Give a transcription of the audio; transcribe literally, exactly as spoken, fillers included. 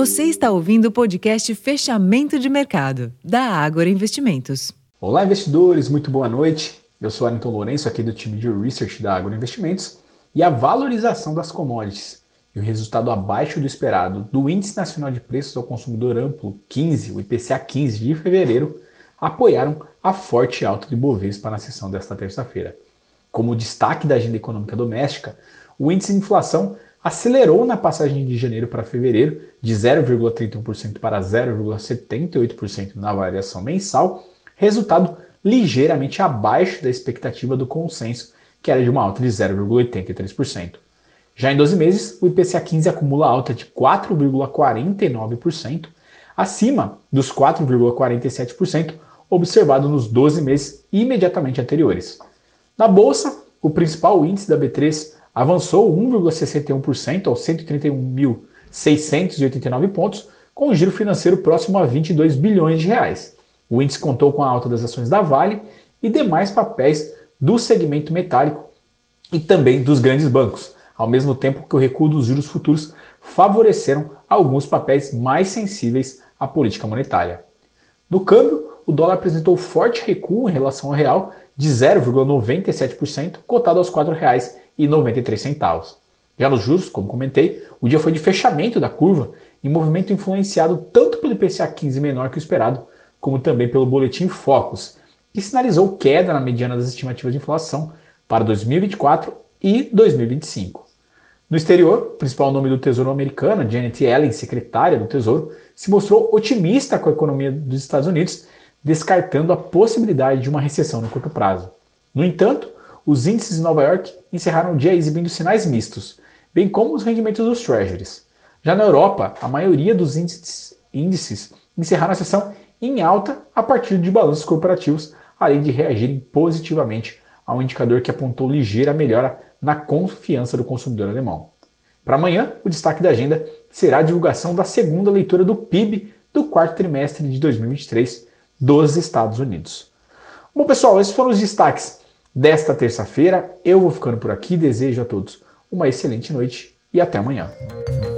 Você está ouvindo o podcast Fechamento de Mercado, da Ágora Investimentos. Olá, investidores, muito boa noite. Eu sou Ayrton Lourenço, aqui do time de Research da Ágora Investimentos, e a valorização das commodities e o resultado abaixo do esperado do Índice Nacional de Preços ao Consumidor Amplo quinze, o I P C A quinze de fevereiro, apoiaram a forte alta do Ibovespa na sessão desta terça-feira. Como destaque da agenda econômica doméstica, o índice de inflação acelerou na passagem de janeiro para fevereiro, de zero vírgula trinta e um por cento para zero vírgula setenta e oito por cento na variação mensal, resultado ligeiramente abaixo da expectativa do consenso, que era de uma alta de zero vírgula oitenta e três por cento. Já em doze meses, o I P C A quinze acumula alta de quatro vírgula quarenta e nove por cento, acima dos quatro vírgula quarenta e sete por cento observado nos doze meses imediatamente anteriores. Na Bolsa, o principal índice da B três avançou um vírgula sessenta e um por cento aos cento e trinta e um mil seiscentos e oitenta e nove pontos, com um giro financeiro próximo a vinte e dois bilhões de reais. O índice contou com a alta das ações da Vale e demais papéis do segmento metálico e também dos grandes bancos, ao mesmo tempo que o recuo dos juros futuros favoreceram alguns papéis mais sensíveis à política monetária. No câmbio, o dólar apresentou forte recuo em relação ao real de zero vírgula noventa e sete por cento, cotado aos quatro reais e noventa e três centavos. Já nos juros, como comentei, o dia foi de fechamento da curva, em movimento influenciado tanto pelo I P C A quinze menor que o esperado, como também pelo boletim Focus, que sinalizou queda na mediana das estimativas de inflação para dois mil e vinte e quatro e dois mil e vinte e cinco. No exterior, o principal nome do Tesouro americano, Janet Yellen, secretária do Tesouro, se mostrou otimista com a economia dos Estados Unidos, descartando a possibilidade de uma recessão no curto prazo. No entanto, os índices de Nova York encerraram o dia exibindo sinais mistos, bem como os rendimentos dos treasuries. Já na Europa, a maioria dos índices, índices encerraram a sessão em alta a partir de balanços corporativos, além de reagirem positivamente a um indicador que apontou ligeira melhora na confiança do consumidor alemão. Para amanhã, o destaque da agenda será a divulgação da segunda leitura do P I B do quarto trimestre de dois mil e vinte e três dos Estados Unidos. Bom, pessoal, esses foram os destaques desta terça-feira. Eu vou ficando por aqui, desejo a todos uma excelente noite e até amanhã.